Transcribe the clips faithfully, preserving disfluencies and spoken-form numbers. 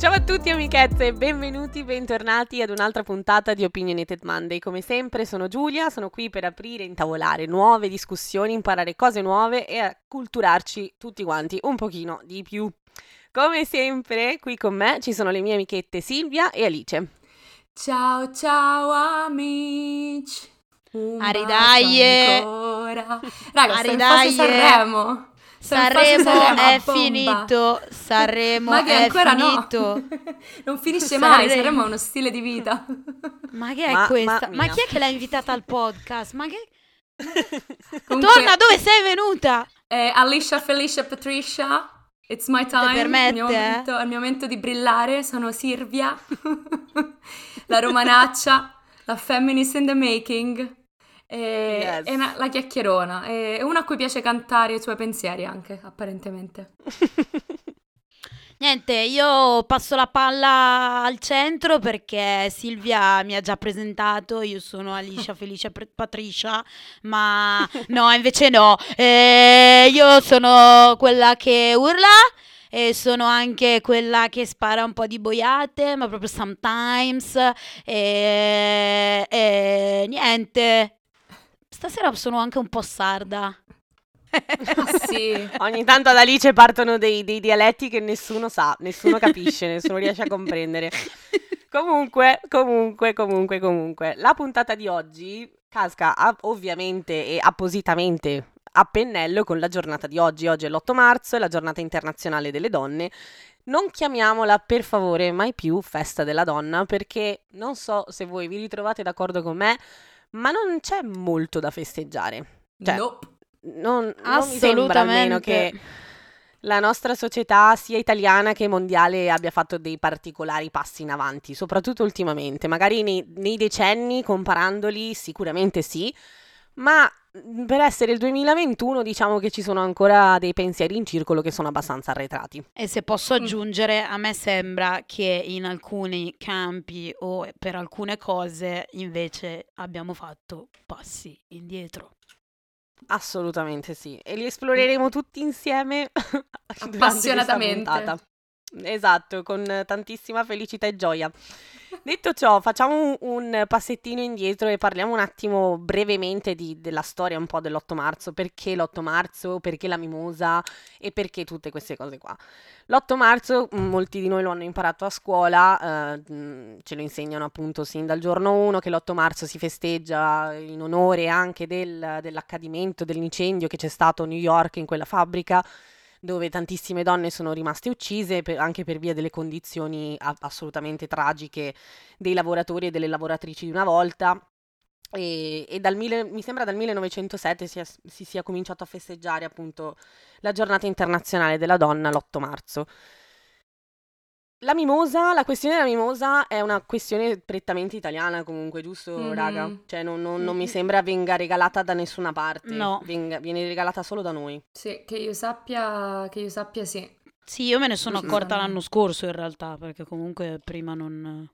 Ciao a tutti amichezze, benvenuti, bentornati ad un'altra puntata di Opinionated Monday. Come sempre sono Giulia, sono qui per aprire e intavolare nuove discussioni, imparare cose nuove e acculturarci tutti quanti un pochino di più. Come sempre qui con me ci sono le mie amichette Silvia e Alice. Ciao ciao amici, un bacio Aridaie. ancora. Raga, sto in Aridaie. fase Sanremo. Sto in fase Sanremo Sanremo a è bomba. finito. Sanremo Ma che è ancora finito. no. Non finisce mai, Sanremo. Sanremo è uno stile di vita. Ma che è Ma- questa? ma Ma, mia. chi è che l'ha invitata al podcast? Ma che... Comunque, Torna, dove sei venuta? eh, Alicia, Felicia, Patricia, it's my time. permette, il, mio eh? momento, è il mio momento di brillare. Sono Silvia, la romanaccia, la feminist in the making. E, Yes. e una- la chiacchierona, e una a cui piace cantare i suoi pensieri anche, apparentemente. Niente, io passo la palla al centro perché Silvia mi ha già presentato, io sono Alicia Felicia Pre- Patricia, ma no, invece no, Eh, io sono quella che urla e sono anche quella che spara un po' di boiate, ma proprio sometimes, e, e niente, stasera sono anche un po' sarda. Ah sì, Ogni tanto ad Alice partono dei, dei dialetti che nessuno sa, nessuno capisce, nessuno riesce a comprendere. Comunque, comunque, comunque, comunque, la puntata di oggi casca a- ovviamente e appositamente a pennello con la giornata di oggi. Oggi è l'otto marzo, è la giornata internazionale delle donne. Non chiamiamola per favore mai più festa della donna perché non so se voi vi ritrovate d'accordo con me, ma non c'è molto da festeggiare. Cioè, nope. non, non mi sembra almeno che la nostra società, sia italiana che mondiale, abbia fatto dei particolari passi in avanti, soprattutto ultimamente. Magari nei, nei decenni, comparandoli, sicuramente sì, ma mh, per essere il duemilaventuno diciamo che ci sono ancora dei pensieri in circolo che sono abbastanza arretrati. E se posso aggiungere, a me sembra che in alcuni campi o per alcune cose invece abbiamo fatto passi indietro. Assolutamente sì, e li esploreremo tutti insieme durante questa Appassionatamente. puntata. Esatto, con tantissima felicità e gioia. Detto ciò, facciamo un, un passettino indietro e parliamo un attimo brevemente di- della storia un po' dell'otto marzo, perché l'otto marzo, perché la mimosa e perché tutte queste cose qua. L'otto marzo, mh, molti di noi lo hanno imparato a scuola, eh, mh, ce lo insegnano appunto sin dal giorno uno, che l'otto marzo si festeggia in onore anche del- dell'accadimento, dell'incendio che c'è stato a New York in quella fabbrica, dove tantissime donne sono rimaste uccise per- anche per via delle condizioni a- assolutamente tragiche dei lavoratori e delle lavoratrici di una volta. E, e dal mille- mi sembra dal millenovecentosette sia- si sia cominciato a festeggiare appunto la giornata internazionale della donna l'otto marzo. La mimosa, la questione della mimosa è una questione prettamente italiana comunque, giusto, Mhm. raga? Cioè non, non- non mi Mhm. sembra venga regalata da nessuna parte, No. Venga- viene regalata solo da noi. Sì, che io sappia, che io sappia sì. Sì, io me ne sono Mm. accorta l'anno scorso in realtà, perché comunque prima non...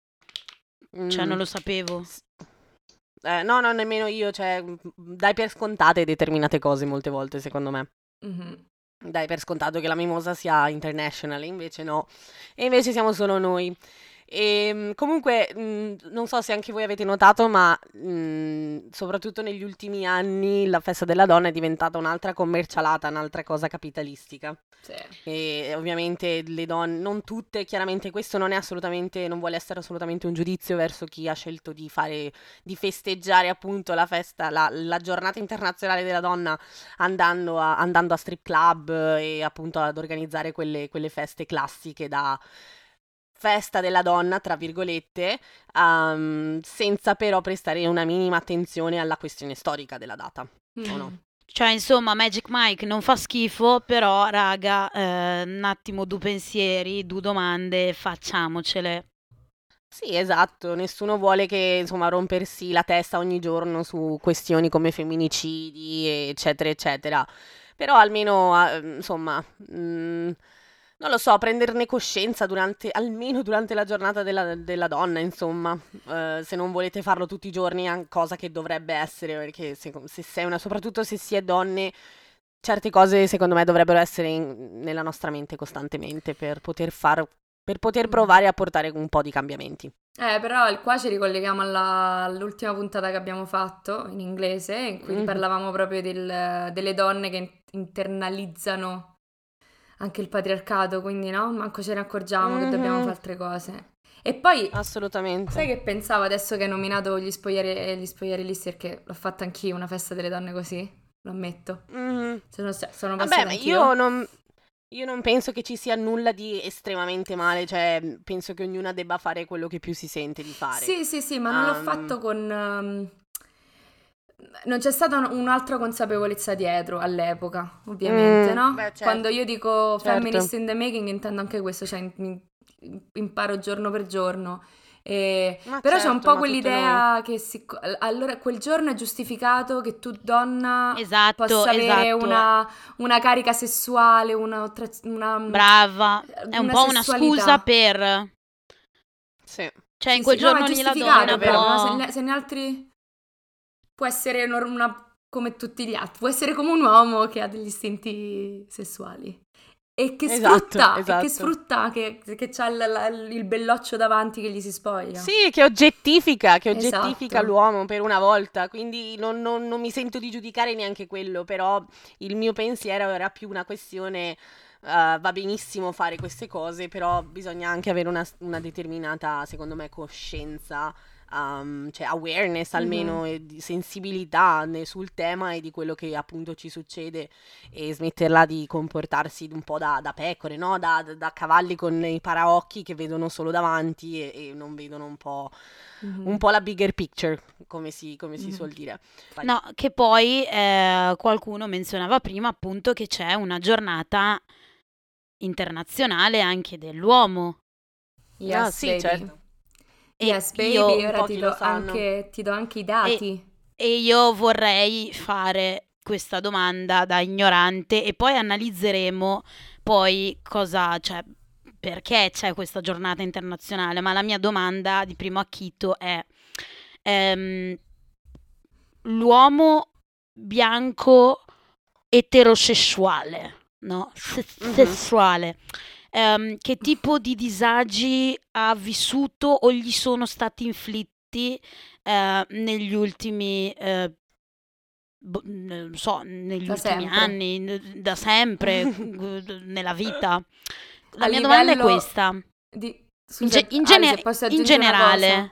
cioè Mm. non lo sapevo. Eh, no, no, nemmeno io, cioè, m- dai per scontate determinate cose molte volte, secondo me. Mhm. Dai per scontato che la mimosa sia international, e invece no. E invece siamo solo noi. E comunque, mh, non so se anche voi avete notato, ma mh, soprattutto negli ultimi anni la festa della donna è diventata un'altra commercialata, un'altra cosa capitalistica. Sì. E ovviamente le donne, non tutte, chiaramente questo non è assolutamente, non vuole essere assolutamente un giudizio verso chi ha scelto di fare, di festeggiare appunto la festa, la, la giornata internazionale della donna andando a, andando a strip club eh, e appunto ad organizzare quelle, quelle feste classiche da festa della donna, tra virgolette, um, senza però prestare una minima attenzione alla questione storica della data, o no? Mhm. Cioè, insomma, Magic Mike non fa schifo, però, raga, eh, un attimo, due pensieri, due domande, facciamocele. Sì, esatto, nessuno vuole che, insomma, rompersi la testa ogni giorno su questioni come femminicidi, eccetera, eccetera. Però almeno, eh, insomma, mm, non lo so, prenderne coscienza durante, almeno durante la giornata della, della donna, insomma. Eh, se non volete farlo tutti i giorni, è una cosa che dovrebbe essere, perché se, se sei una, soprattutto se si è donne, certe cose secondo me dovrebbero essere in- nella nostra mente costantemente per poter far per poter provare a portare un po' di cambiamenti. Eh, però il- qua ci ricolleghiamo alla- all'ultima puntata che abbiamo fatto in inglese, in cui Mhm. parlavamo proprio del- delle donne che in- internalizzano anche il patriarcato, quindi no, manco ce ne accorgiamo che dobbiamo Mhm. fare altre cose. E poi, Assolutamente. sai che pensavo adesso che hai nominato gli spogliari, gli spogliari listi, perché l'ho fatta anch'io una festa delle donne così, lo ammetto. Mhm. Sono, sono Vabbè, passata ma anch'io. io non, io non penso che ci sia nulla di estremamente male, cioè penso che ognuna debba fare quello che più si sente di fare. Sì, sì, sì, ma non l'ho Um, fatto con... ehm, non c'è stata un- un'altra consapevolezza dietro all'epoca, ovviamente, Mm, no? beh, certo, Quando io dico certo. feminist in the making intendo anche questo, cioè in- in- imparo giorno per giorno. E- Ma Però c'è un certo, po' ma tutte quell'idea che si- allora quel giorno è giustificato che tu donna Esatto, possa avere esatto. una, una carica sessuale, una, tra- una, Brava. È un una po' una sessualità. scusa per... Sì. Cioè, in Sì, quel sì, no, giorno è lì la giustificato donna proprio, no? Se, può... ne, se ne altri può essere nor- una come tutti gli altri, può essere come un uomo che ha degli istinti sessuali e che Esatto, sfrutta, e esatto. che sfrutta che, che c'ha il, la- il belloccio davanti che gli si spoglia. Sì, che oggettifica, che oggettifica Esatto. l'uomo per una volta, quindi non, non- non mi sento di giudicare neanche quello, però il mio pensiero era più una questione, eh, va benissimo fare queste cose, però bisogna anche avere una, una determinata, secondo me, coscienza, um, cioè awareness almeno, Mhm. e di sensibilità ne- sul tema e di quello che appunto ci succede e smetterla di comportarsi un po' da, da pecore, no? Da, da- da cavalli con i paraocchi che vedono solo davanti e, e non vedono un po', un Mhm. po' la bigger picture, come si, come si Mhm. suol dire. Vai. No, che poi eh, qualcuno menzionava prima appunto che c'è una giornata internazionale anche dell'uomo. Yes, Ah, sì, baby. certo. E Yes, baby, io, Un ora po' ti chi do lo sanno. anche, ti do anche i dati. e io vorrei fare questa domanda da ignorante e poi analizzeremo poi cosa, cioè, perché c'è questa giornata internazionale, ma la mia domanda di primo acchito è ehm, l'uomo bianco eterosessuale, no? Se- Mhm. sessuale. Ehm, che tipo di disagi ha vissuto o gli sono stati inflitti eh, negli ultimi, eh, bo- non so, negli Da ultimi sempre. anni, n- da sempre, g- nella vita? La A mia domanda è livello questa. di... In, Scusa, ge- in Ale, gene- se posso in aggiungere una generale, cosa.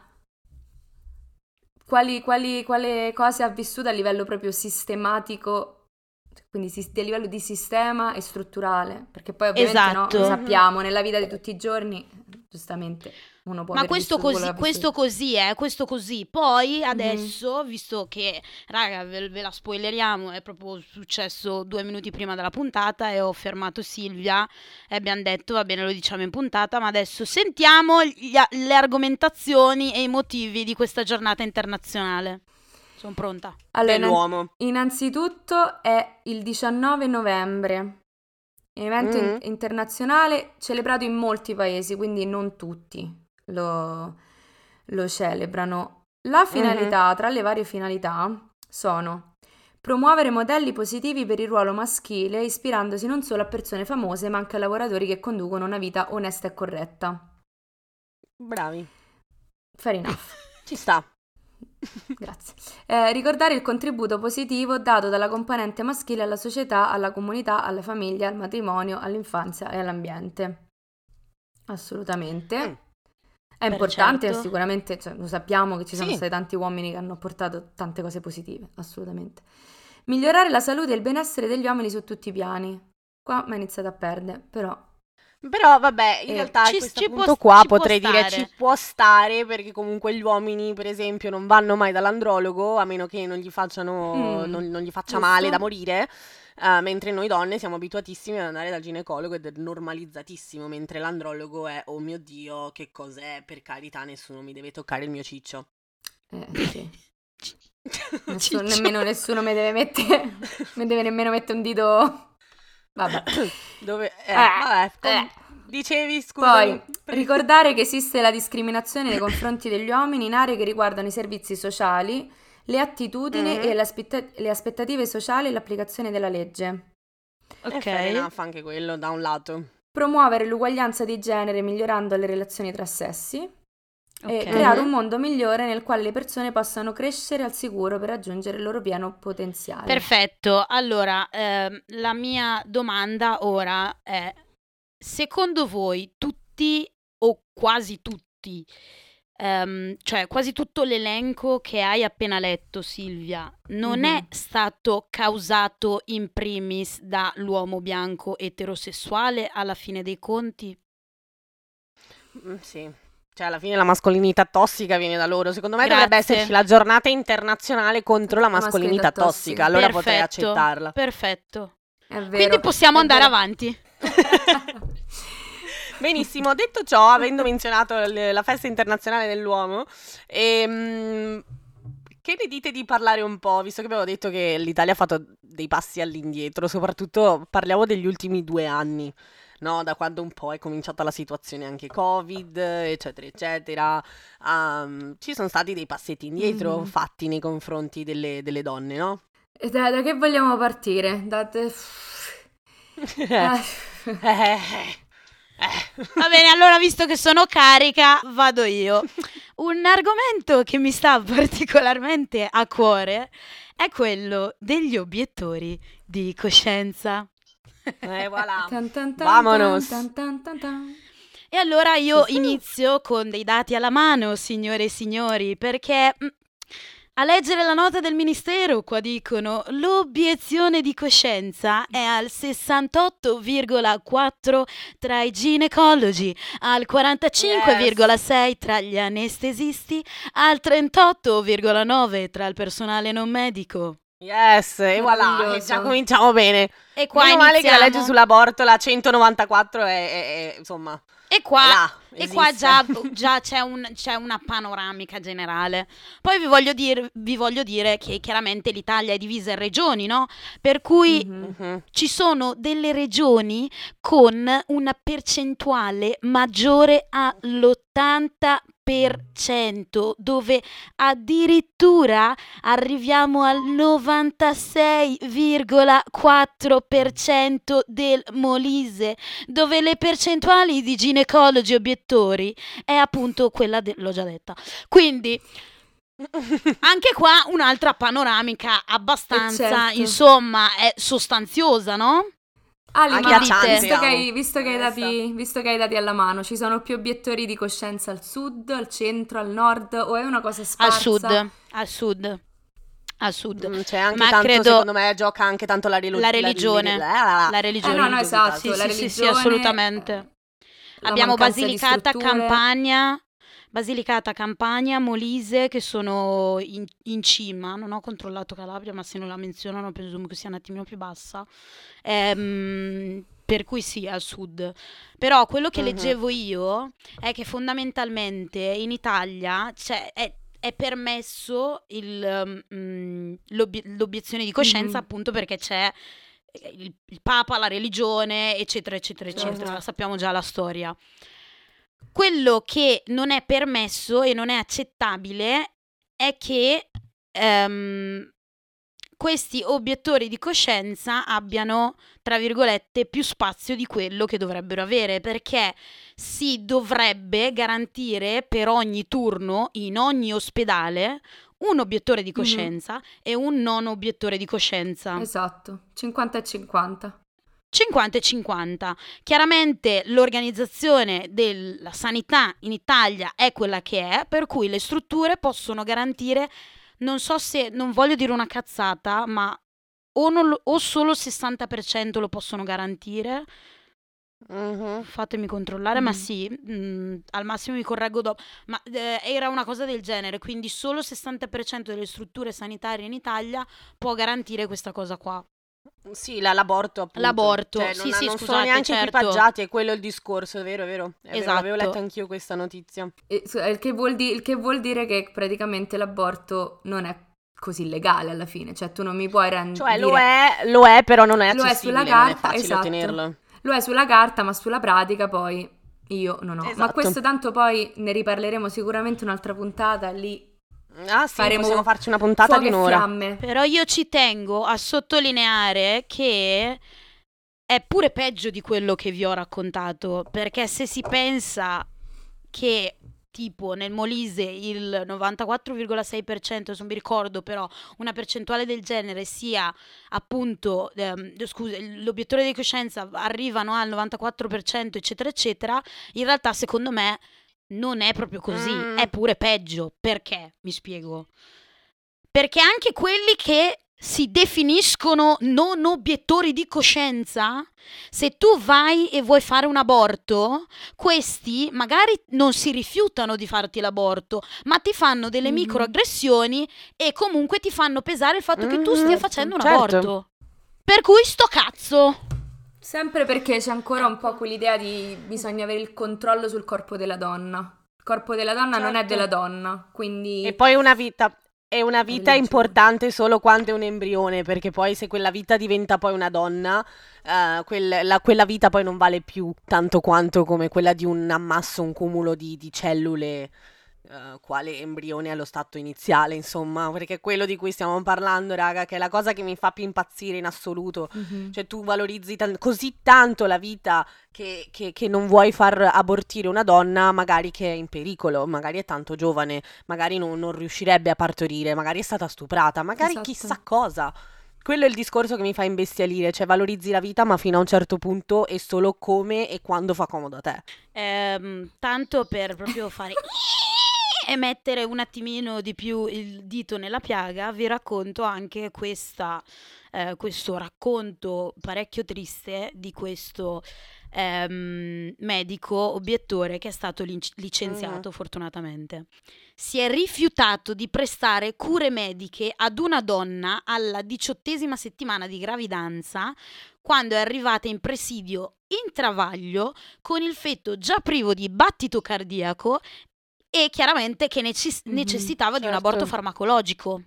Quali, quali, quale cose ha vissuto a livello proprio sistematico, quindi sis- a livello di sistema e strutturale, perché poi ovviamente no, lo esatto. sappiamo, nella vita di tutti i giorni, giustamente, uno può Ma aver questo vissuto quello che così, ha questo vissuto. così, eh, questo così. Poi Mhm. adesso, visto che, raga, ve, ve la spoileriamo, è proprio successo due minuti prima della puntata e ho fermato Silvia e abbiamo detto, va bene, lo diciamo in puntata, ma adesso sentiamo gli a- le argomentazioni e i motivi di questa giornata internazionale. Sono pronta. Allora, innan- Dell'uomo. innanzitutto è il diciannove novembre, un evento in- Mhm. internazionale celebrato in molti paesi, quindi non tutti lo, lo celebrano. La finalità, tra le varie finalità, sono promuovere modelli positivi per il ruolo maschile, ispirandosi non solo a persone famose, ma anche a lavoratori che conducono una vita onesta e corretta. Bravi. Fair enough. Ci sta. Grazie. Eh, ricordare il contributo positivo dato dalla componente maschile alla società, alla comunità, alla famiglia, al matrimonio, all'infanzia e all'ambiente. Assolutamente. Mm. È Per importante, certo. sicuramente, cioè, lo sappiamo che ci sono Sì. stati tanti uomini che hanno portato tante cose positive, assolutamente. Migliorare la salute e il benessere degli uomini su tutti i piani. Qua mi ha iniziato a perdere, però... Però vabbè, in Eh, realtà ci- a questo ci può- punto qua ci può potrei dire stare. ci può stare perché comunque gli uomini, per esempio, non vanno mai dall'andrologo a meno che non gli facciano, Mm, non, non gli faccia giusto. male da morire, eh, mentre noi donne siamo abituatissime ad andare dal ginecologo ed è normalizzatissimo, mentre l'andrologo è, oh mio Dio, che cos'è? Per carità, nessuno mi deve toccare il mio ciccio. Eh, sì. Nessuno- Ciccio. nemmeno nessuno mi deve mettere... mi deve nemmeno mettere un dito... Vabbè. Dove... Eh, Eh, vabbè, com- eh. dicevi, scusami. Poi, ricordare che esiste la discriminazione nei confronti degli uomini in aree che riguardano i servizi sociali, le attitudini Mhm. e le, aspetta- le aspettative sociali e l'applicazione della legge. È Ok. fair enough anche quello, da un lato. promuovere l'uguaglianza di genere migliorando le relazioni tra sessi e Ok. creare Mhm. un mondo migliore nel quale le persone possano crescere al sicuro per raggiungere il loro pieno potenziale. Perfetto. Allora, ehm, la mia domanda ora è: secondo voi tutti o quasi tutti, ehm, cioè quasi tutto l'elenco che hai appena letto, Silvia, non è Mhm. stato causato in primis dall'uomo bianco eterosessuale alla fine dei conti? Mm, sì. Cioè, alla fine la mascolinità tossica viene da loro. Secondo me dovrebbe Grazie. esserci la giornata internazionale contro la La mascolinità mascolinità tossica. tossica. Allora potrei Perfetto, accettarla. perfetto. È Quindi vero, possiamo è andare vero. avanti. Benissimo, detto ciò, avendo menzionato l- la festa internazionale dell'uomo, ehm, che ne dite di parlare un po', visto che abbiamo detto che l'Italia ha fatto dei passi all'indietro, soprattutto parliamo degli ultimi due anni, no? Da quando un po' è cominciata la situazione anche Covid, eccetera, eccetera. Ehm, ci sono stati dei passetti indietro Mhm. fatti nei confronti delle, delle donne, no? E da, da che vogliamo partire? Da te- Eh, Ah. eh, eh. Va bene, allora visto che sono carica, vado io. Un argomento che mi sta particolarmente a cuore è quello degli obiettori di coscienza. Eh, voilà. Tan tan tan Vamonos. tan tan tan tan. E allora io Sì. inizio con dei dati alla mano, signore e signori, perché mm, a leggere la nota del ministero qua dicono l'obiezione di coscienza è al sessantotto virgola quattro tra i ginecologi, al quarantacinque virgola sei tra gli anestesisti, al trentotto virgola nove tra il personale non medico. Yes, e voilà, e Meraviglioso. già cominciamo bene. E qua Meno male che la legge iniziamo. sull'aborto, la centonovantaquattro, è, è- è- insomma, E qua, è là, e qua esiste. già, già c'è, un- c'è una panoramica generale. Poi vi voglio, dir- vi voglio dire che chiaramente l'Italia è divisa in regioni, no? Per cui Mhm. Mhm. ci sono delle regioni con una percentuale maggiore all'ottanta per cento, dove addirittura arriviamo al novantasei virgola quattro per cento del Molise, dove le percentuali di ginecologi obiettori è appunto quella de- l'ho già detta. Quindi anche qua un'altra panoramica abbastanza, certo. insomma, è sostanziosa, no? Ali, ma Agghiacciante, visto che, amo. hai, visto, che hai Onesta. dati, visto che hai dati alla mano, ci sono più obiettori di coscienza al sud, al centro, al nord o è una cosa Al sparsa? sud, al sud, al sud. Mm, c'è anche Ma tanto, credo secondo me, gioca anche tanto la, relo- la la- religione, le- la- la Eh religione. no, no, religiosità, esatto, Sì, la sì, sì, sì, religione, assolutamente. eh, la Abbiamo mancanza di Basilicata, strutture. Campania, Basilicata, Campania, Molise che sono in, in cima. Non ho controllato Calabria, ma se non la menzionano presumo che sia un attimino più bassa. Ehm, per cui sì, al sud. Però quello che Mhm. leggevo io è che fondamentalmente in Italia c'è, è, è permesso il, mm, l'obie- l'obiezione di coscienza Mhm. appunto perché c'è il, il Papa, la religione, eccetera, eccetera, Certo. eccetera. Sappiamo già la storia. Quello che non è permesso e non è accettabile è che ehm, questi obiettori di coscienza abbiano, tra virgolette, più spazio di quello che dovrebbero avere, perché si dovrebbe garantire per ogni turno, in ogni ospedale, un obiettore di Mhm. coscienza e un non obiettore di coscienza. Esatto, cinquanta e cinquanta. cinquanta e cinquanta. Chiaramente l'organizzazione della sanità in Italia è quella che è, per cui le strutture possono garantire, non so se, non voglio dire una cazzata, ma o, non lo- o solo il sessanta per cento lo possono garantire, Mhm. fatemi controllare, ma Mhm. sì, mm, al massimo mi correggo dopo, ma eh, era una cosa del genere, quindi solo il sessanta per cento delle strutture sanitarie in Italia può garantire questa cosa qua. Sì, la- l'aborto appunto. L'aborto, Cioè, sì, non, sì, non sono scusate, neanche certo. equipaggiati, è quello il discorso, è vero, è vero. È vero, l'avevo Esatto. letta anch'io questa notizia. E- su- Il che vuol di- il che vuol dire che praticamente l'aborto non è così legale alla fine, cioè tu non mi puoi ren- Cioè, lo dire è, lo è, però non è lo è accessibile, sulla non è carta, facile esatto. ottenerlo. Lo è sulla carta, ma sulla pratica poi io non ho. Ma Esatto. questo tanto poi ne riparleremo sicuramente un'altra puntata, lì Ah sì, faremo possiamo farci una puntata fuoco di e un'ora. fiamme. Però io ci tengo a sottolineare che è pure peggio di quello che vi ho raccontato, perché se si pensa che tipo nel Molise il novantaquattro virgola sei per cento, non mi ricordo, però una percentuale del genere sia appunto, ehm, scusa, l'obiettore di coscienza arrivano al novantaquattro per cento eccetera eccetera, in realtà secondo me non è proprio così, Mm. è pure peggio. Perché? Mi spiego. Perché anche quelli che si definiscono non obiettori di coscienza, se tu vai e vuoi fare un aborto, questi magari non si rifiutano di farti l'aborto, ma ti fanno delle Mhm. microaggressioni e comunque ti fanno pesare il fatto che tu stia Mhm, facendo un certo. aborto. Per cui sto cazzo. Sempre perché c'è ancora un po' quell'idea di bisogna avere il controllo sul corpo della donna. Il corpo della donna non è Certo. della donna, quindi... E poi una vita, è una vita religione. importante solo quando è un embrione, perché poi se quella vita diventa poi una donna, eh, quel- la- quella vita poi non vale più tanto quanto come quella di un ammasso, un cumulo di, di cellule, eh, quale embrione allo stato iniziale, insomma, perché è quello di cui stiamo parlando, raga, che è la cosa che mi fa più impazzire in assoluto. Mhm. Cioè tu valorizzi tan- così tanto la vita che, che- che non vuoi far abortire una donna, magari che è in pericolo, magari è tanto giovane, magari non, non riuscirebbe a partorire, magari è stata stuprata, magari Esatto. chissà cosa. Quello è il discorso che mi fa imbestialire, cioè valorizzi la vita ma fino a un certo punto e solo come e quando fa comodo a te. Ehm, tanto per proprio fare e mettere un attimino di più il dito nella piaga, vi racconto anche questa, eh, questo racconto parecchio triste di questo ehm, medico obiettore che è stato linc- licenziato fortunatamente. Si è rifiutato di prestare cure mediche ad una donna alla diciottesima settimana di gravidanza, quando è arrivata in presidio in travaglio con il feto già privo di battito cardiaco e chiaramente che necess- Mhm, necessitava di un certo. aborto farmacologico.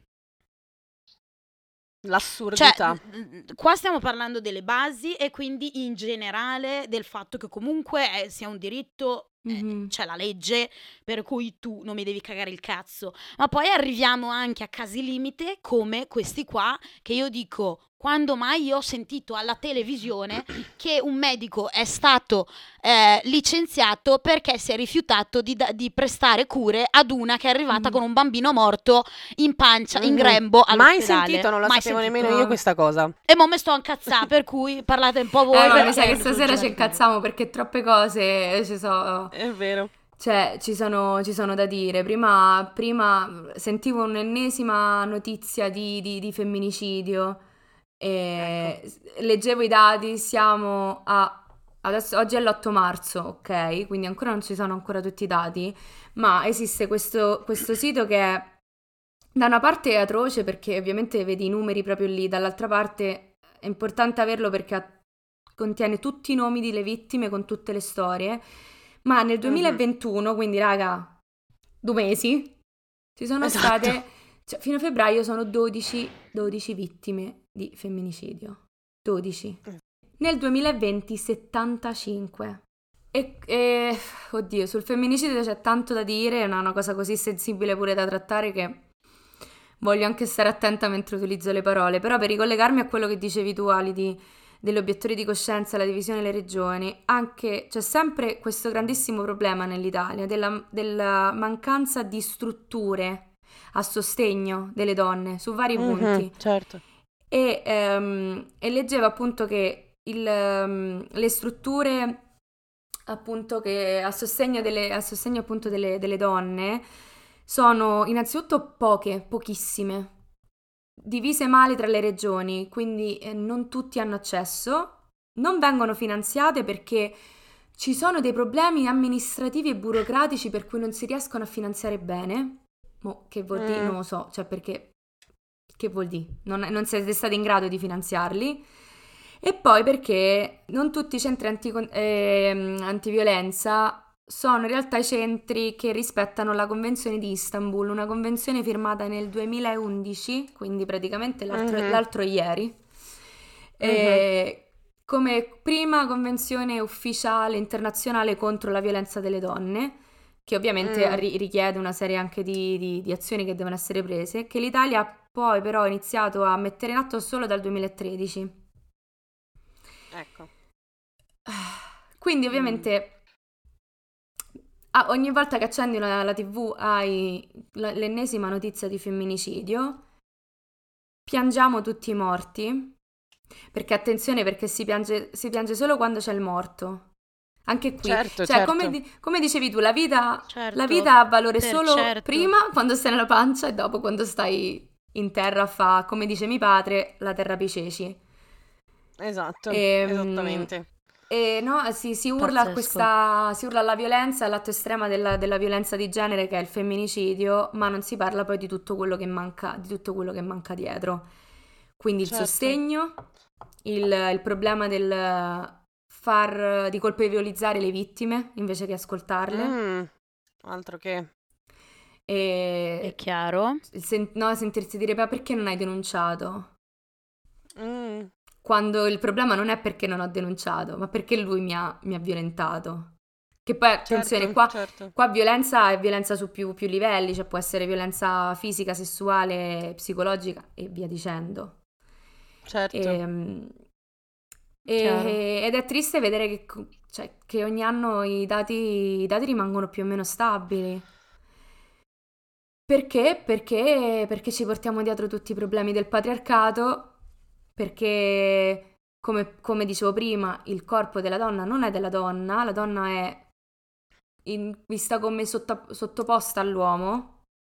Cioè, L'assurdità. n- n- qua stiamo parlando delle basi e quindi in generale del fatto che comunque eh, sia un diritto, eh, Mhm. c'è la legge, per cui tu non mi devi cagare il cazzo. Ma poi arriviamo anche a casi limite come questi qua, che io dico, quando mai io ho sentito alla televisione che un medico è stato eh, licenziato perché si è rifiutato di, da- di prestare cure ad una che è arrivata Mhm. con un bambino morto in pancia, in Mhm. grembo all'ospedale. Mai sentito, non la Mai sapevo sentito. nemmeno io No. questa cosa. E mo me sto a incazzare, per cui parlate un po' voi. Eh, ma mi perché sa che non sono stasera ci già- incazziamo perché troppe cose ci sono... È vero. Cioè, ci sono, ci sono da dire. Prima, prima sentivo un'ennesima notizia di, di- di femminicidio. E s- leggevo i dati, siamo a... Adesso, oggi è l'otto marzo, ok? Quindi ancora non ci sono ancora tutti i dati, ma esiste questo, questo sito che è, da una parte è atroce perché ovviamente vedi i numeri proprio lì, dall'altra parte è importante averlo perché ha- contiene tutti i nomi delle vittime con tutte le storie, ma nel duemilaventuno, quindi raga, due mesi, ci sono Esatto. state, cioè fino a febbraio sono dodici, dodici vittime di femminicidio, dodici. Mm. Nel duemilaventi settantacinque. E, e, oddio, sul femminicidio c'è tanto da dire, è una, una cosa così sensibile pure da trattare che voglio anche stare attenta mentre utilizzo le parole, però per ricollegarmi a quello che dicevi tu, Ali, di, degli obiettori di coscienza, la divisione delle regioni, anche c'è sempre questo grandissimo problema nell'Italia della, della mancanza di strutture a sostegno delle donne su vari Mhm, punti. certo. E, ehm, e leggevo appunto che il, ehm, le strutture appunto che a sostegno delle, a sostegno appunto delle, delle donne sono innanzitutto poche, pochissime, divise male tra le regioni, quindi eh, non tutti hanno accesso, non vengono finanziate perché ci sono dei problemi amministrativi e burocratici per cui non si riescono a finanziare bene. Mo, che vuol dire? Mm. Non lo so, cioè perché che vuol dire? Non, non siete stati in grado di finanziarli. E poi perché non tutti i centri anti, eh, antiviolenza sono in realtà i centri che rispettano la Convenzione di Istanbul, una convenzione firmata nel duemilaundici, quindi praticamente l'altro, Mhm. l'altro ieri, eh, come prima convenzione ufficiale internazionale contro la violenza delle donne, che ovviamente Mm. ri- richiede una serie anche di, di- di azioni che devono essere prese, che l'Italia poi però ha iniziato a mettere in atto solo dal duemilatredici. Ecco. Quindi Mm. ovviamente ah, ogni volta che accendi la, la tivù hai la- l'ennesima notizia di femminicidio, piangiamo tutti i morti, perché attenzione, perché si piange, si piange solo quando c'è il morto. Anche qui, Certo, cioè come, certo. di- come dicevi tu, la vita, la Certo, vita ha valore per solo certo. prima quando stai nella pancia e dopo quando stai in terra a fa, come dice mio padre, la terra per i ceci. Esatto, Ehm, esattamente. E no, si, si urla a Pazzesco. questa, si urla alla violenza, all'atto estrema della, della violenza di genere che è il femminicidio, ma non si parla poi di tutto quello che manca, di tutto quello che manca dietro. Quindi il Certo. sostegno, il, il problema del far, di colpevolizzare le vittime invece che ascoltarle, Mm, altro che. È e chiaro? il sen- no, sentirsi dire, ma perché non hai denunciato? Mm, Quando il problema non è perché non ho denunciato, ma perché lui mi ha, mi ha violentato. Che poi, attenzione, certo, qua, certo. qua violenza è violenza su più, più livelli, cioè può essere violenza fisica, sessuale, psicologica e via dicendo. Certo. Ehm, Chiaro. e- ed è triste vedere che, co- cioè, che ogni anno i dati, i dati rimangono più o meno stabili. Perché? Perché? Perché ci portiamo dietro tutti i problemi del patriarcato, perché, come, come dicevo prima, il corpo della donna non è della donna, la donna è in- vista come sotto- sottoposta all'uomo.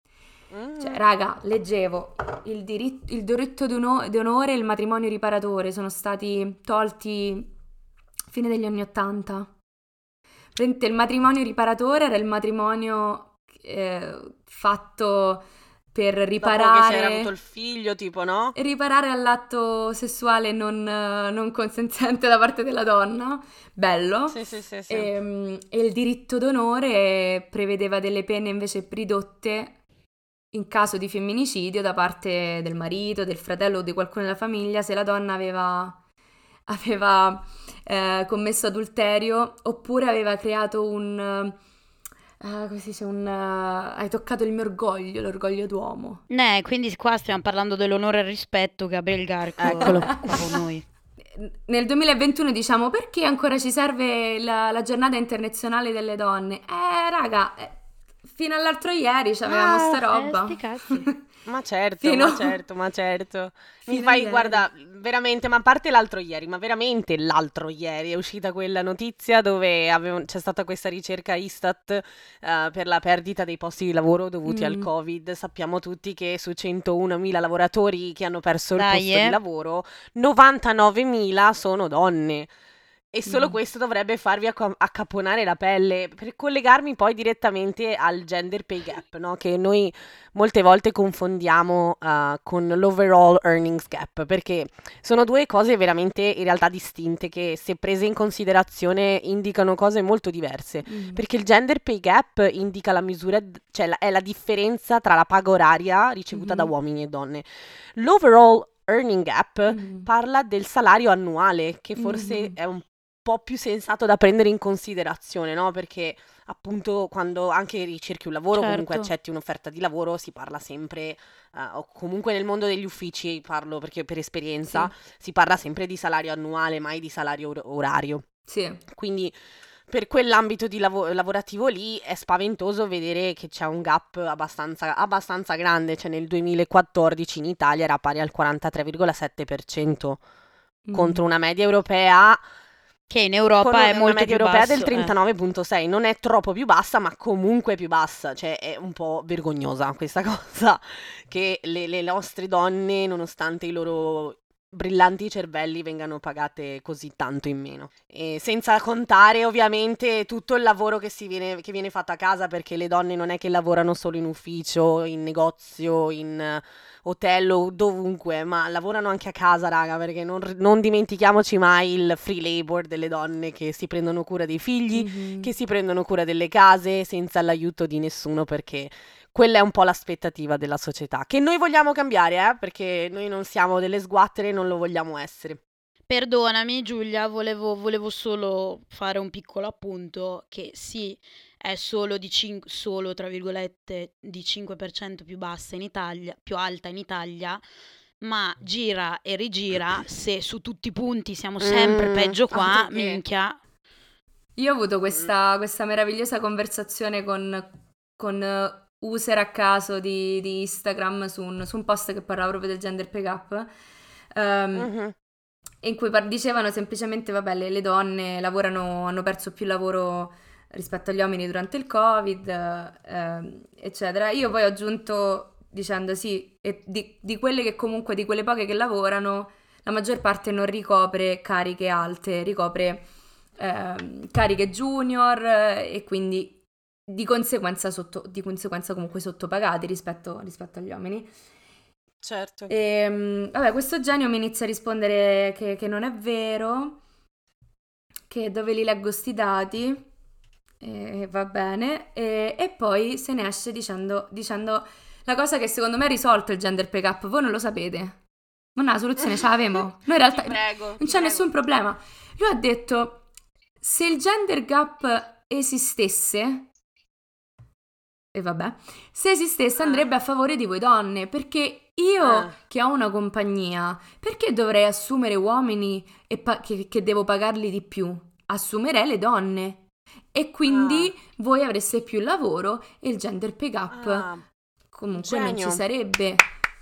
Cioè, Mm, raga, leggevo, il diritto, il diritto d'ono- d'onore e il matrimonio riparatore sono stati tolti fine degli anni Ottanta. Praticamente il matrimonio riparatore era il matrimonio eh, fatto per dopo che si era avuto il riparare, figlio, tipo, no? riparare all'atto sessuale non, eh, non consenziente da parte della donna. Bello. Sì, sì, sì, sì. Ehm, E, il diritto d'onore prevedeva delle pene invece ridotte in caso di femminicidio da parte del marito, del fratello o di qualcuno della famiglia se la donna aveva, aveva eh, commesso adulterio oppure aveva creato un... eh, come si dice? Un, eh, hai toccato il mio orgoglio, l'orgoglio d'uomo. Ne, quindi qua stiamo parlando dell'onore e il rispetto. Gabriel Garco Eccolo. con noi. Nel duemilaventuno diciamo perché ancora ci serve la, la giornata internazionale delle donne? Eh, raga, eh, fino all'altro ieri c'avevamo sta Eh, roba. sti cazzi. Ma certo, Fino- ma certo, ma certo. Mi Fino a fai, ieri. guarda, veramente, ma a parte l'altro ieri, ma veramente l'altro ieri è uscita quella notizia dove avevo- c'è stata questa ricerca Istat eh, per la perdita dei posti di lavoro dovuti al Mm. Covid. Sappiamo tutti che su centounomila lavoratori che hanno perso il Dai, posto eh. di lavoro, novantanovemila sono donne. E solo Mm. questo dovrebbe farvi acca- accaponare la pelle per collegarmi poi direttamente al gender pay gap, no? Che noi molte volte confondiamo uh, con l'overall earnings gap, perché sono due cose veramente in realtà distinte che se prese in considerazione indicano cose molto diverse. Mm. Perché il gender pay gap indica la misura, cioè la- è la differenza tra la paga oraria ricevuta da Mhm. uomini e donne. L'overall earning gap Mm. parla del salario annuale, che forse Mhm. è un po' più sensato da prendere in considerazione, no? Perché appunto quando anche ricerchi un lavoro, comunque Certo. accetti un'offerta di lavoro, si parla sempre, eh, o comunque nel mondo degli uffici, parlo perché per esperienza, Sì, si parla sempre di salario annuale, mai di salario or- orario. sì. Quindi per quell'ambito di lavo- lavorativo lì è spaventoso vedere che c'è un gap abbastanza, abbastanza grande, cioè nel duemilaquattordici in Italia era pari al quarantatré virgola sette per cento Mm. contro una media europea Che in con Europa è una molto media più europea basso. del eh. trentanove virgola sei, non è troppo più bassa, ma comunque più bassa, cioè è un po' vergognosa questa cosa, che le, le nostre donne, nonostante i loro brillanti cervelli, vengano pagate così tanto in meno. E senza contare ovviamente tutto il lavoro che, si viene, che viene fatto a casa, perché le donne non è che lavorano solo in ufficio, in negozio, in eh, hotel o dovunque, ma lavorano anche a casa, raga, perché non, non dimentichiamoci mai il free labor delle donne che si prendono cura dei figli, Mhm. che si prendono cura delle case senza l'aiuto di nessuno, perché quella è un po' l'aspettativa della società, che noi vogliamo cambiare, eh, perché noi non siamo delle sguattere e non lo vogliamo essere. Perdonami Giulia, volevo, volevo solo fare un piccolo appunto che sì, è solo di cin- solo tra virgolette di cinque per cento più bassa in Italia, più alta in Italia, ma gira e rigira, se su tutti i punti siamo sempre Mm, peggio qua, altro che. minchia. Io ho avuto questa, questa meravigliosa conversazione con, con eh, user a caso di, di Instagram su un, su un post che parlava proprio del gender pay gap, ehm, Mhm. in cui par- dicevano semplicemente, vabbè, le, le donne lavorano, hanno perso più lavoro rispetto agli uomini durante il Covid, ehm, eccetera. Io poi ho aggiunto dicendo sì, e di, di quelle che comunque, di quelle poche che lavorano, la maggior parte non ricopre cariche alte, ricopre ehm, cariche junior eh, e quindi di conseguenza, sotto, di conseguenza comunque sottopagati rispetto, rispetto agli uomini. Certo. E, mm, vabbè, questo genio mi inizia a rispondere che, che non è vero, che dove li leggo sti dati, e va bene, e, e poi se ne esce dicendo, dicendo la cosa che secondo me ha risolto il gender pay gap, voi non lo sapete. Ma no, la soluzione ce l'avemo. Noi in realtà Ti prego, non ti c'è prego. nessun problema. Lui ha detto, se il gender gap esistesse, e vabbè, se esistesse Ah. andrebbe a favore di voi donne, perché io Ah. che ho una compagnia, perché dovrei assumere uomini e pa- che, che devo pagarli di più? Assumerei le donne. E quindi voi avreste più lavoro e il gender pay gap Ah, comunque non ci genio. sarebbe.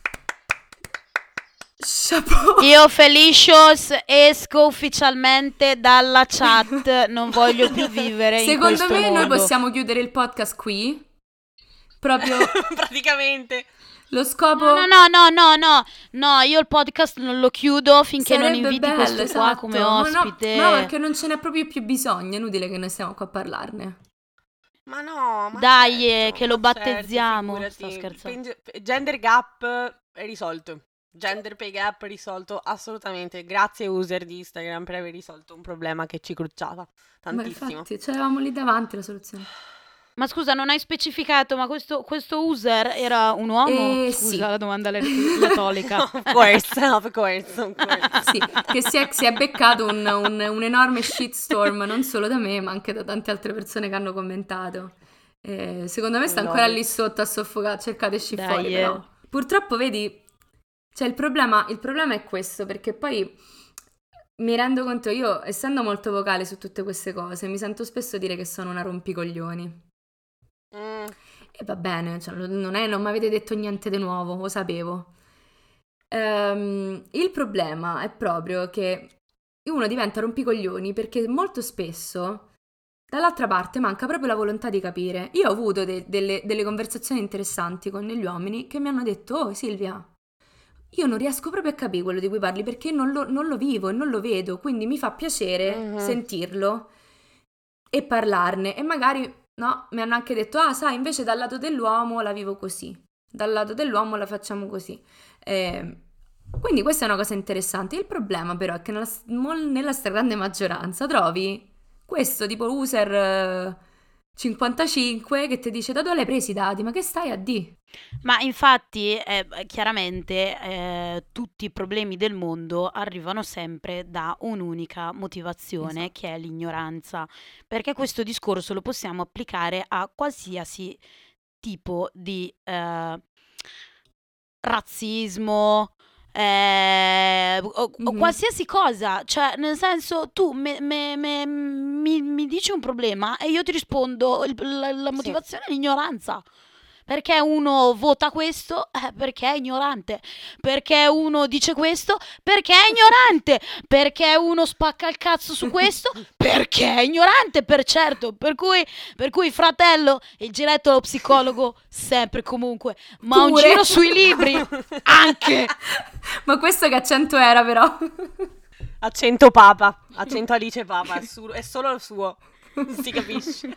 Chapeau. Io Felicios esco ufficialmente dalla chat, non voglio più vivere in Secondo questo me noi mondo. possiamo chiudere il podcast qui. Proprio Praticamente. lo scopo No, no, no, no, no, no, io il podcast non lo chiudo finché non sarebbe inviti bello, questo qua esatto. come Ma no, ospite. ma no, perché non ce n'è proprio più bisogno, è inutile che noi stiamo qua a parlarne. Ma no, ma Dai, certo, eh, che lo ma certo, battezziamo. figurati. Sto scherzando. Penge- Gender gap è risolto. Gender pay gap risolto assolutamente. Grazie user di Instagram per aver risolto un problema che ci crucciava Ma tantissimo. infatti, ce l'avevamo lì davanti la soluzione. Ma scusa, non hai specificato, ma questo, questo user era un uomo? Eh, Scusa sì. la domanda le- retorica. Of course, of course, of course. Sì, che si è, si è beccato un, un- un enorme shitstorm, non solo da me, ma anche da tante altre persone che hanno commentato. Eh, secondo me sta Love ancora it. lì sotto a soffocare, cercate di uscire Dai, fuori eh. però. Purtroppo, vedi, cioè il problema, il problema è questo, perché poi mi rendo conto, io essendo molto vocale su tutte queste cose, mi sento spesso dire che sono una rompicoglioni. Mm, E va bene, cioè, non è, non mi avete detto niente di nuovo, lo sapevo. Ehm, il problema è proprio che uno diventa rompicoglioni perché molto spesso dall'altra parte manca proprio la volontà di capire. Io ho avuto de- delle, delle conversazioni interessanti con gli uomini che mi hanno detto: Oh Silvia, io non riesco proprio a capire quello di cui parli perché non lo, non lo vivo e non lo vedo, quindi mi fa piacere mhm. sentirlo e parlarne. E magari, no, mi hanno anche detto: Ah, sai, invece dal lato dell'uomo la vivo così, dal lato dell'uomo la facciamo così. Eh, quindi questa è una cosa interessante. Il problema però è che nella, mol- nella stragrande maggioranza trovi questo tipo user eh, cinquantacinque che ti dice: Da dove l'hai presi i dati? Ma che stai a di? Ma infatti, eh, chiaramente, eh, tutti i problemi del mondo arrivano sempre da un'unica motivazione, Esatto. che è l'ignoranza. Perché questo discorso lo possiamo applicare a qualsiasi tipo di eh, razzismo, eh, o, o Mhm. qualsiasi cosa. Cioè, nel senso, tu me- me- me- mi, mi dici un problema e io ti rispondo, il- la, la Sì. motivazione è l'ignoranza. Perché uno vota questo? Eh, perché è ignorante. Perché uno dice questo? Perché è ignorante. Perché uno spacca il cazzo su questo? Perché è ignorante, per certo. Per cui, per cui fratello, il giretto allo psicologo sempre e comunque. Ma un Pure. giro sui libri anche. Ma questo che accento era però? Accento papa, accento Alice Papa, è, su- è solo il suo, non si capisce.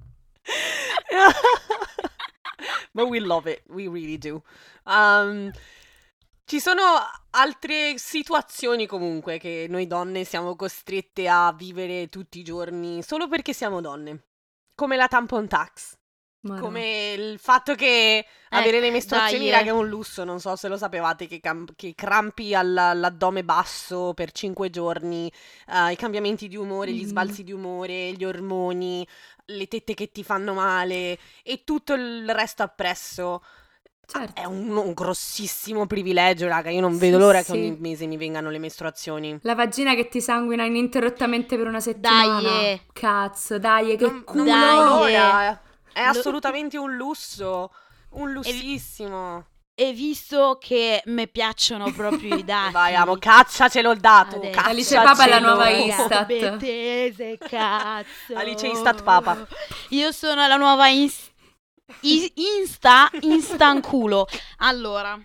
But we love it, we really do. Um, ci sono altre situazioni comunque che noi donne siamo costrette a vivere tutti i giorni solo perché siamo donne, come la tampon tax. Ma no. Come il fatto che avere le Ecco, mestruazioni, dai, raga, è eh. un lusso, non so se lo sapevate, che, cam- che crampi alla- all'addome basso per cinque giorni, eh, i cambiamenti di umore, gli Mhm. sbalzi di umore, gli ormoni, le tette che ti fanno male e tutto il resto appresso. Certo. È un, un grossissimo privilegio, raga. Io non vedo Sì, l'ora che sì. ogni mese mi vengano le mestruazioni. La vagina che ti sanguina ininterrottamente per una settimana. Dai. Cazzo, dai, che Non, culo. non vedo Dai. l'ora. È Lo- assolutamente un lusso. Un vi- lussissimo. E visto che mi piacciono proprio i dati. Vai, amo, cacciacelo il dato. Adesso. Alice Papa è la nuova cacciacelo. Istat. Betese, cazzo. Alice Istat Papa. Io sono la nuova ins- i- Insta Instanculo. Allora,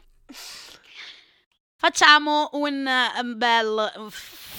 facciamo un eh, bel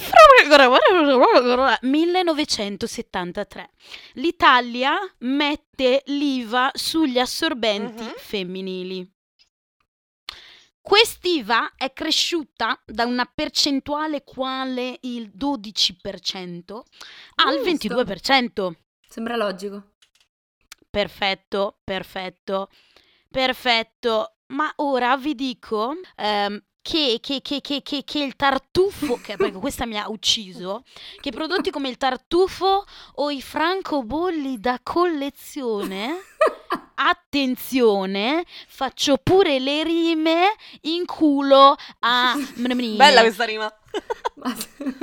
millenovecentosettantatré. L'Italia mette l'I V A sugli assorbenti Mhm. femminili. Quest'I V A è cresciuta da una percentuale quale il dodici per cento al Giusto. ventidue per cento. Sembra logico. Perfetto, perfetto, perfetto. Ma ora vi dico ehm, che, che, che, che, che, che il tartufo, che, perché questa mi ha ucciso, che prodotti come il tartufo o i francobolli da collezione, attenzione, faccio pure le rime in culo a mnemine. Bella questa rima. Ma-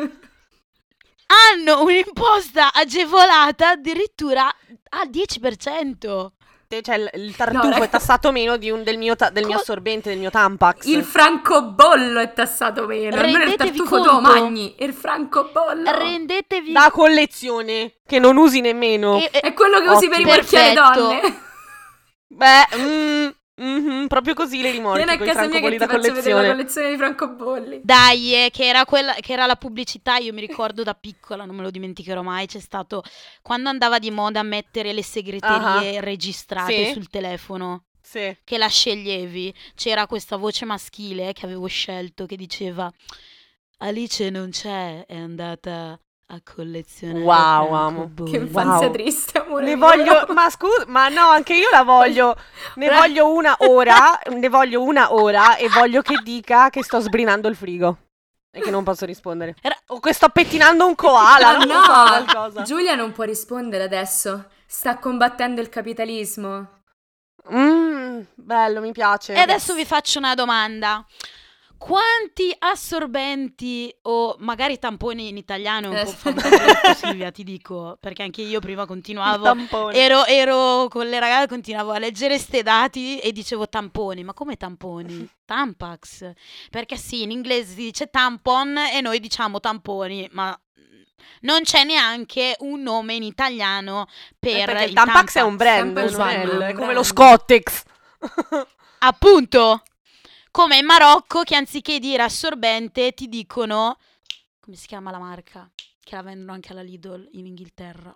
Hanno un'imposta agevolata addirittura al dieci per cento. Cioè, il, il tartufo No, raga. è tassato meno di un- del, mio ta- del mio Co- assorbente, del mio Tampax. Il francobollo è tassato meno. Almeno il Rendetevi tartufo conto. tu lo magni. Il francobollo Rendetevi Da collezione, che non usi nemmeno. e- e- è quello che usi per i Ottimo. morchi alle Perfetto. donne. Beh, mm, mhm, proprio così le rimorchi Vieni a con i casa mia che francobolli ti da faccio vedere la collezione. collezione di francobolli. Dai, eh, che era quella che era la pubblicità, io mi ricordo da piccola, non me lo dimenticherò mai, c'è stato quando andava di moda mettere le segreterie registrate Sì. sul telefono, Sì. che la sceglievi, c'era questa voce maschile che avevo scelto che diceva Alice non c'è, è andata a collezionare Wow, amo. francobolli." Che infanzia Wow. triste, amore Ne mio. voglio, ma scusa, ma no, anche io la voglio. Ne Bra- voglio una ora, ne voglio una ora e voglio che dica che sto sbrinando il frigo e che non posso rispondere. Era- O che sto pettinando un koala, Ma non so, no, qualcosa. Giulia non può rispondere adesso. Sta combattendo il capitalismo. Mm, bello, mi piace. E adesso vi faccio una domanda. Quanti assorbenti o magari tamponi in italiano è un po' Eh. famoso, Silvia, ti dico, perché anche io prima Il continuavo, tampone. ero, ero con le ragazze, continuavo a leggere ste dati e dicevo tamponi, ma come tamponi? Tampax, perché sì, in inglese si dice tampon e noi diciamo tamponi, ma non c'è neanche un nome in italiano per Eh, perché il i Tampax è un brand, Tampax non è, è il- un è come brand. lo Scottex. Appunto, come in Marocco che anziché dire assorbente ti dicono, come si chiama la marca? Che la vendono anche alla Lidl in Inghilterra.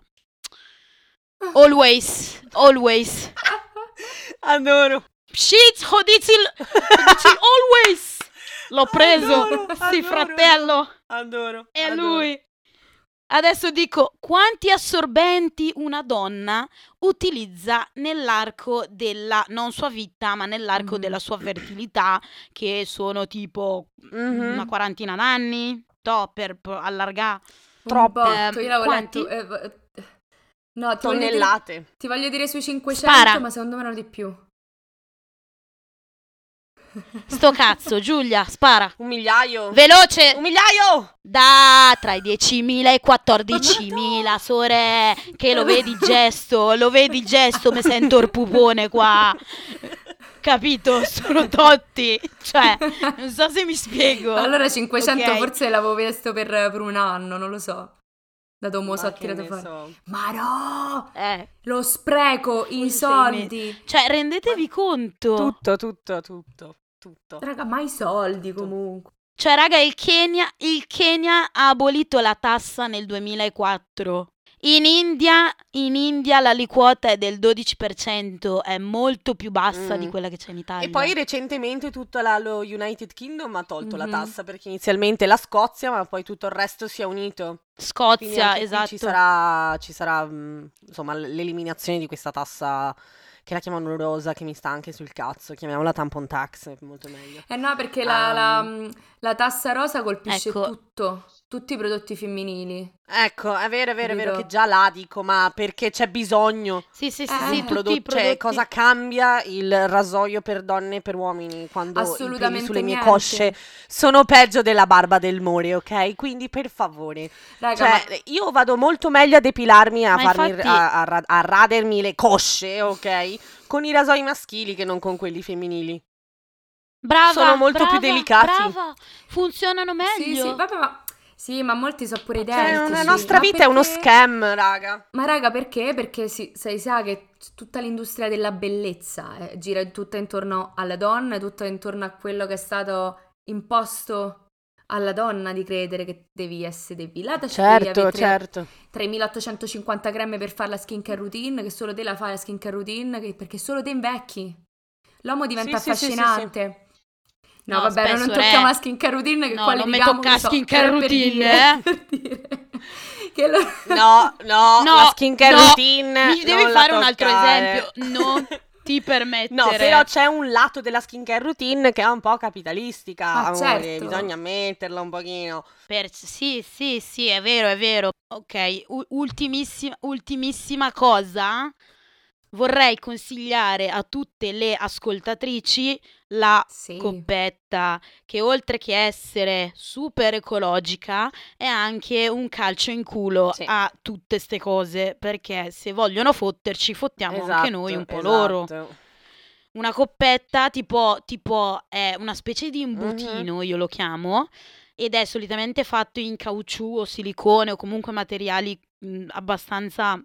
Always, always. Adoro. Shit, hodizil, hodizil always. L'ho preso, Adoro, sì adoro. fratello, Adoro. è adoro. lui. Adesso dico, quanti assorbenti una donna utilizza nell'arco della, non sua vita, ma nell'arco Mhm. della sua fertilità, che sono tipo Mhm. una quarantina d'anni, to, per, per allargare. Troppo. Un botto, Ehm, io l'avevo quanti? letto. eh, v- no, ti voglio, dire, Tonnellate. ti voglio dire sui cinquecento, Spara. ma secondo me erano di più. Sto cazzo, Giulia, spara. Un migliaio. Veloce! Un migliaio. Da tra i diecimila e i quattordicimila, sore, che lo vedi il gesto, lo vedi il gesto, mi sento il pupone qua. Capito? Sono totti. Cioè, non so se mi spiego. Allora cinquecento Ok. forse l'avevo visto per, per un anno, non lo so. Da Domo so Ma ha che tirato ne fuori. so. Ma no! Eh, Lo spreco, i sei soldi. cioè, rendetevi conto. Tutto, tutto, tutto, tutto. Raga, ma i soldi comunque. Cioè, raga, il Kenya, il Kenya ha abolito la tassa nel duemilaquattro. In India, in India l'aliquota è del dodici per cento, è molto più bassa Mm. di quella che c'è in Italia. E poi recentemente tutto la- lo United Kingdom ha tolto la Mhm. tassa perché inizialmente la Scozia, ma poi tutto il resto si è unito. Quindi Scozia, anche qui esatto. ci sarà, ci sarà mh, insomma l- l'eliminazione di questa tassa che la chiamano rosa, che mi sta anche sul cazzo. Chiamiamola tampon tax, è molto meglio. Eh no, perché la, la, Ehm. la tassa rosa colpisce Ecco. tutto. tutti i prodotti femminili. Ecco, è vero, è vero, è vero Capito? che già là dico, ma perché c'è bisogno Sì, sì, sì, Eh, sì, di tutti prodotti, i cioè prodotti. cosa cambia il rasoio per donne e per uomini quando i peli Assolutamente sulle mie niente. cosce sono peggio della barba del More, ok? Quindi per favore, Raga, ma cioè io vado molto meglio a depilarmi, a Ma farmi, infatti, a, a ra- a radermi le cosce, ok? Con i rasoi maschili che non con quelli femminili. brava, Sono molto più brava, delicati. brava, funzionano sì, sì, meglio. vabbè, ma sì, ma molti so pure Cioè, la identici. nostra Ma vita è uno perché? scam, raga. Ma raga, perché? Perché si, sai, sa che tutta l'industria della bellezza eh, gira tutta intorno alla donna, tutta intorno a quello che è stato imposto alla donna di credere che devi essere depilata, cioè devi Certo, avere tre- certo. tremilaottocentocinquanta creme per fare la skincare routine, che solo te la fai la skincare routine, che- perché solo te invecchi. L'uomo diventa Sì, sì, sì, sì, sì. affascinante. No, No, vabbè, non spesso, tocchiamo re. la skincare routine, che No, qua non mi litighiamo, tocca che la so, skincare però per routine, dire, eh. per dire che lo- No, no, la No, skincare no, routine mi devi non la fare un altro toccare. esempio. Non ti No, permettere. però c'è un lato della skincare routine che è un po' capitalistica, Ma amore, certo. bisogna ammetterla un pochino. Per- sì, sì, sì, è vero, è vero. Ok, u- ultimissima, ultimissima cosa. Vorrei consigliare a tutte le ascoltatrici la Sì. coppetta, che oltre che essere super ecologica è anche un calcio in culo Sì. a tutte ste cose, perché se vogliono fotterci, fottiamo anche noi un po' loro. esatto. Una coppetta tipo, tipo è una specie di imbutino, io lo chiamo, ed è solitamente fatto in caucciù o silicone o comunque materiali mh, abbastanza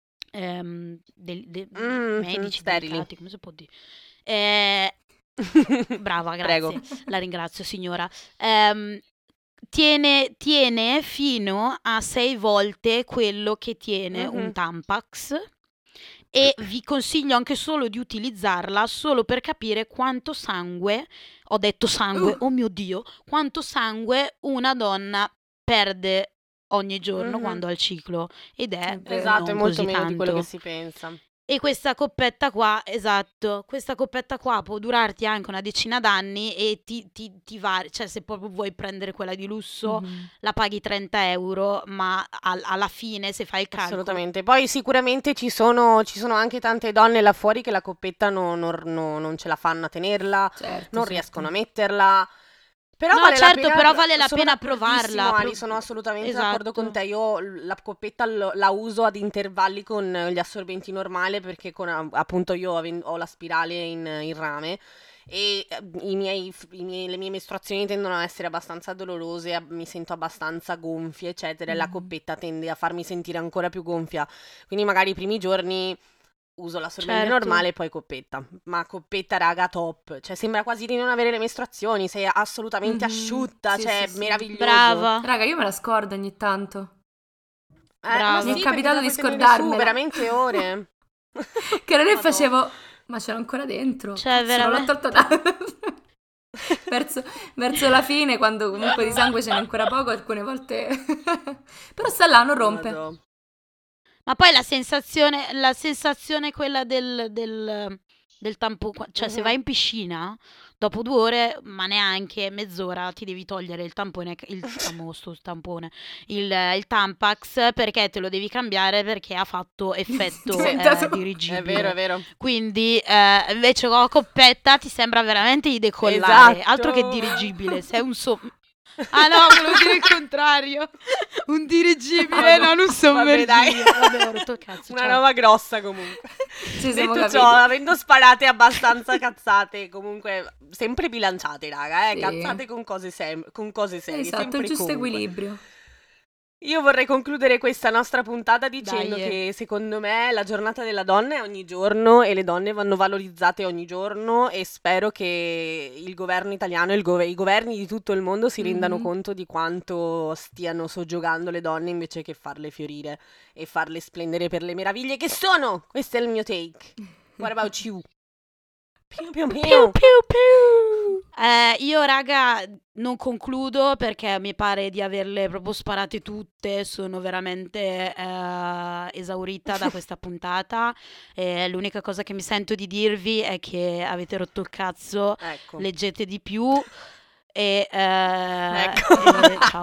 ehm, del- de- Mhm, medici, sterili. delicati, come si può dire? Eh, brava, Prego. grazie, la ringrazio signora. Ehm, tiene, tiene fino a sei volte quello che tiene un Mhm. Tampax. E vi consiglio anche solo di utilizzarla solo per capire quanto sangue, ho detto sangue, Uh. oh mio Dio, quanto sangue una donna perde ogni giorno Mhm. quando ha il ciclo, ed è È vero. Esatto, è non molto così meno di quello che tanto. si pensa. E questa coppetta qua, esatto, questa coppetta qua può durarti anche una decina d'anni e ti, ti, ti va, cioè se proprio vuoi prendere quella di lusso, Mhm. la paghi trenta euro, ma al- alla fine se fai il calcolo... Assolutamente. Poi sicuramente ci sono, ci sono anche tante donne là fuori che la coppetta non, non- non- non ce la fanno a tenerla, Certo, non certo. riescono a metterla. Però No, vale la certo, pena, però vale la sono pena d'accordissimo, provarla, Ali, pro- sono assolutamente d'accordo con esatto. te. Io la coppetta lo- la uso ad intervalli con gli assorbenti normali perché con, appunto io aven- ho la spirale in, in rame e eh, i miei, i miei- le mie mestruazioni tendono a essere abbastanza dolorose, a- mi sento abbastanza gonfia, eccetera, e la Mhm. coppetta tende a farmi sentire ancora più gonfia. Quindi magari i primi giorni uso l'assorbente Certo. normale e poi coppetta. Ma coppetta, raga, top. Cioè, sembra quasi di non avere le mestruazioni. Sei assolutamente Mhm. asciutta. Sì, cioè, sì, sì. meraviglioso. Brava, Raga, io me la scordo ogni tanto. Eh, ma brava. sì, Mi è perché capitato te la di puoi tenere su scordarmela. veramente ore. Che non ne Madonna. facevo... Ma c'era ancora dentro. Cioè, Cazzo, non l'ho veramente. tolto da... verso, verso la fine, quando comunque di sangue ce n'è ancora poco, alcune volte... Però sta là, non rompe. Madonna. Ma poi la sensazione, la sensazione quella del, del, del tampone, cioè se Mhm. vai in piscina, dopo due ore, ma neanche mezz'ora, ti devi togliere il tampone, il tamosto, tampone, il, il Tampax, perché te lo devi cambiare perché ha fatto effetto Diventato- eh, dirigibile. È vero, è vero. Quindi eh, invece con la coppetta ti sembra veramente di decollare, altro che Esatto. dirigibile, sei un so... Ah no, volevo dire il contrario. Un dirigibile, No, no. non un Vabbè, dai. sommergibile. Vabbè, ho rotto il cazzo. Una ciao. roba grossa comunque. Ci siamo Detto capiti. ciò, avendo sparate abbastanza cazzate, comunque sempre bilanciate, raga, eh, Sì. cazzate con cose, sem- con cose serie, Esatto, sempre il giusto comunque. equilibrio. Io vorrei concludere questa nostra puntata dicendo Dai. che secondo me la giornata della donna è ogni giorno e le donne vanno valorizzate ogni giorno e spero che il governo italiano e il gove- i governi di tutto il mondo si rendano Mhm. conto di quanto stiano soggiogando le donne invece che farle fiorire e farle splendere per le meraviglie che sono. Questo è il mio take. What about you? Piu piu piu. Piu, piu, piu. Eh, io raga non concludo perché mi pare di averle proprio sparate tutte, sono veramente eh, esaurita da questa puntata. Eh, l'unica cosa che mi sento di dirvi è che avete rotto il cazzo, Ecco. leggete di più e, eh, Ecco. e ciao. Madonna.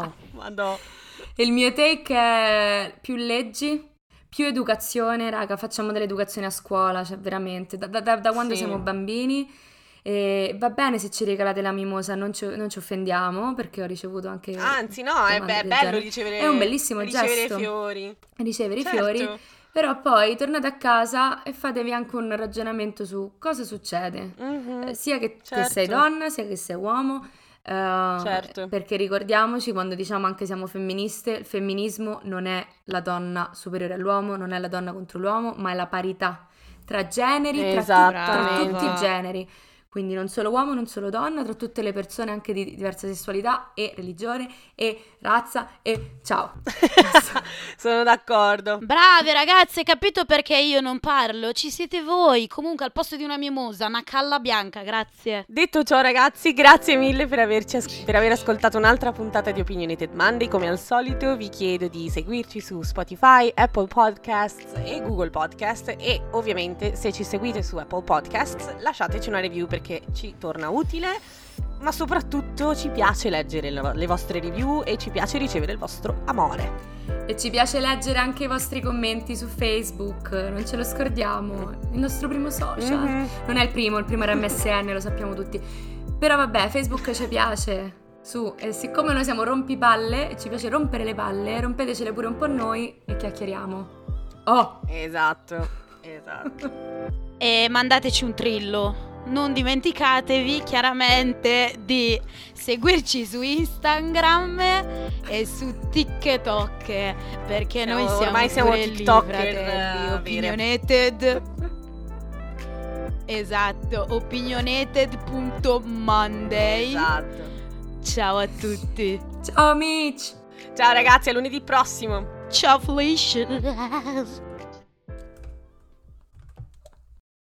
Madò. E il mio take è più leggi, più educazione, raga, facciamo dell'educazione a scuola, cioè veramente, da, da- da quando Sì. siamo bambini. E va bene se ci regalate la mimosa, non ci, non ci offendiamo, perché ho ricevuto anche Anzi, no, è, domande be- del bello genere. ricevere, È un bellissimo ricevere gesto. fiori. Ricevere Certo. i fiori, però poi tornate a casa e fatevi anche un ragionamento su cosa succede, Mhm. Eh, sia che, che Certo. sei donna, sia che sei uomo, eh, Certo. perché ricordiamoci, quando diciamo anche siamo femministe, il femminismo non è la donna superiore all'uomo, non è la donna contro l'uomo, ma è la parità tra generi, tra, tu- tra Esattamente. tutti i generi. Quindi non solo uomo, non solo donna, tra tutte le persone anche di diversa sessualità e religione e razza e ciao. Sono d'accordo. Brave ragazze, capito perché io non parlo? Ci siete voi. Comunque al posto di una mimosa, una calla bianca, grazie. Detto ciò, ragazzi, grazie mille per, averci as- per aver ascoltato un'altra puntata di Opinionated Monday. Come al solito vi chiedo di seguirci su Spotify, Apple Podcasts e Google Podcast, e ovviamente se ci seguite su Apple Podcasts lasciateci una review perché ci torna utile, ma soprattutto ci piace leggere le, le vostre review e ci piace ricevere il vostro amore. E ci piace leggere anche i vostri commenti su Facebook, non ce lo scordiamo, il nostro primo social. Mhm. Non è il primo, il primo era M S N, lo sappiamo tutti. Però vabbè, Facebook ci piace. Su, e siccome noi siamo rompipalle e ci piace rompere le palle, rompetecele pure un po' noi e chiacchieriamo. Oh! Esatto, esatto. E mandateci un trillo. Non dimenticatevi chiaramente di seguirci su Instagram e su TikTok, perché Siamo- noi siamo ormai siamo pure lì, TikToker, fratelli. eh, Opinionated. Esatto, opinionated punto monday. Esatto. Ciao a tutti. Ciao amici! Ciao ragazzi, a lunedì prossimo. Ciao Felicia.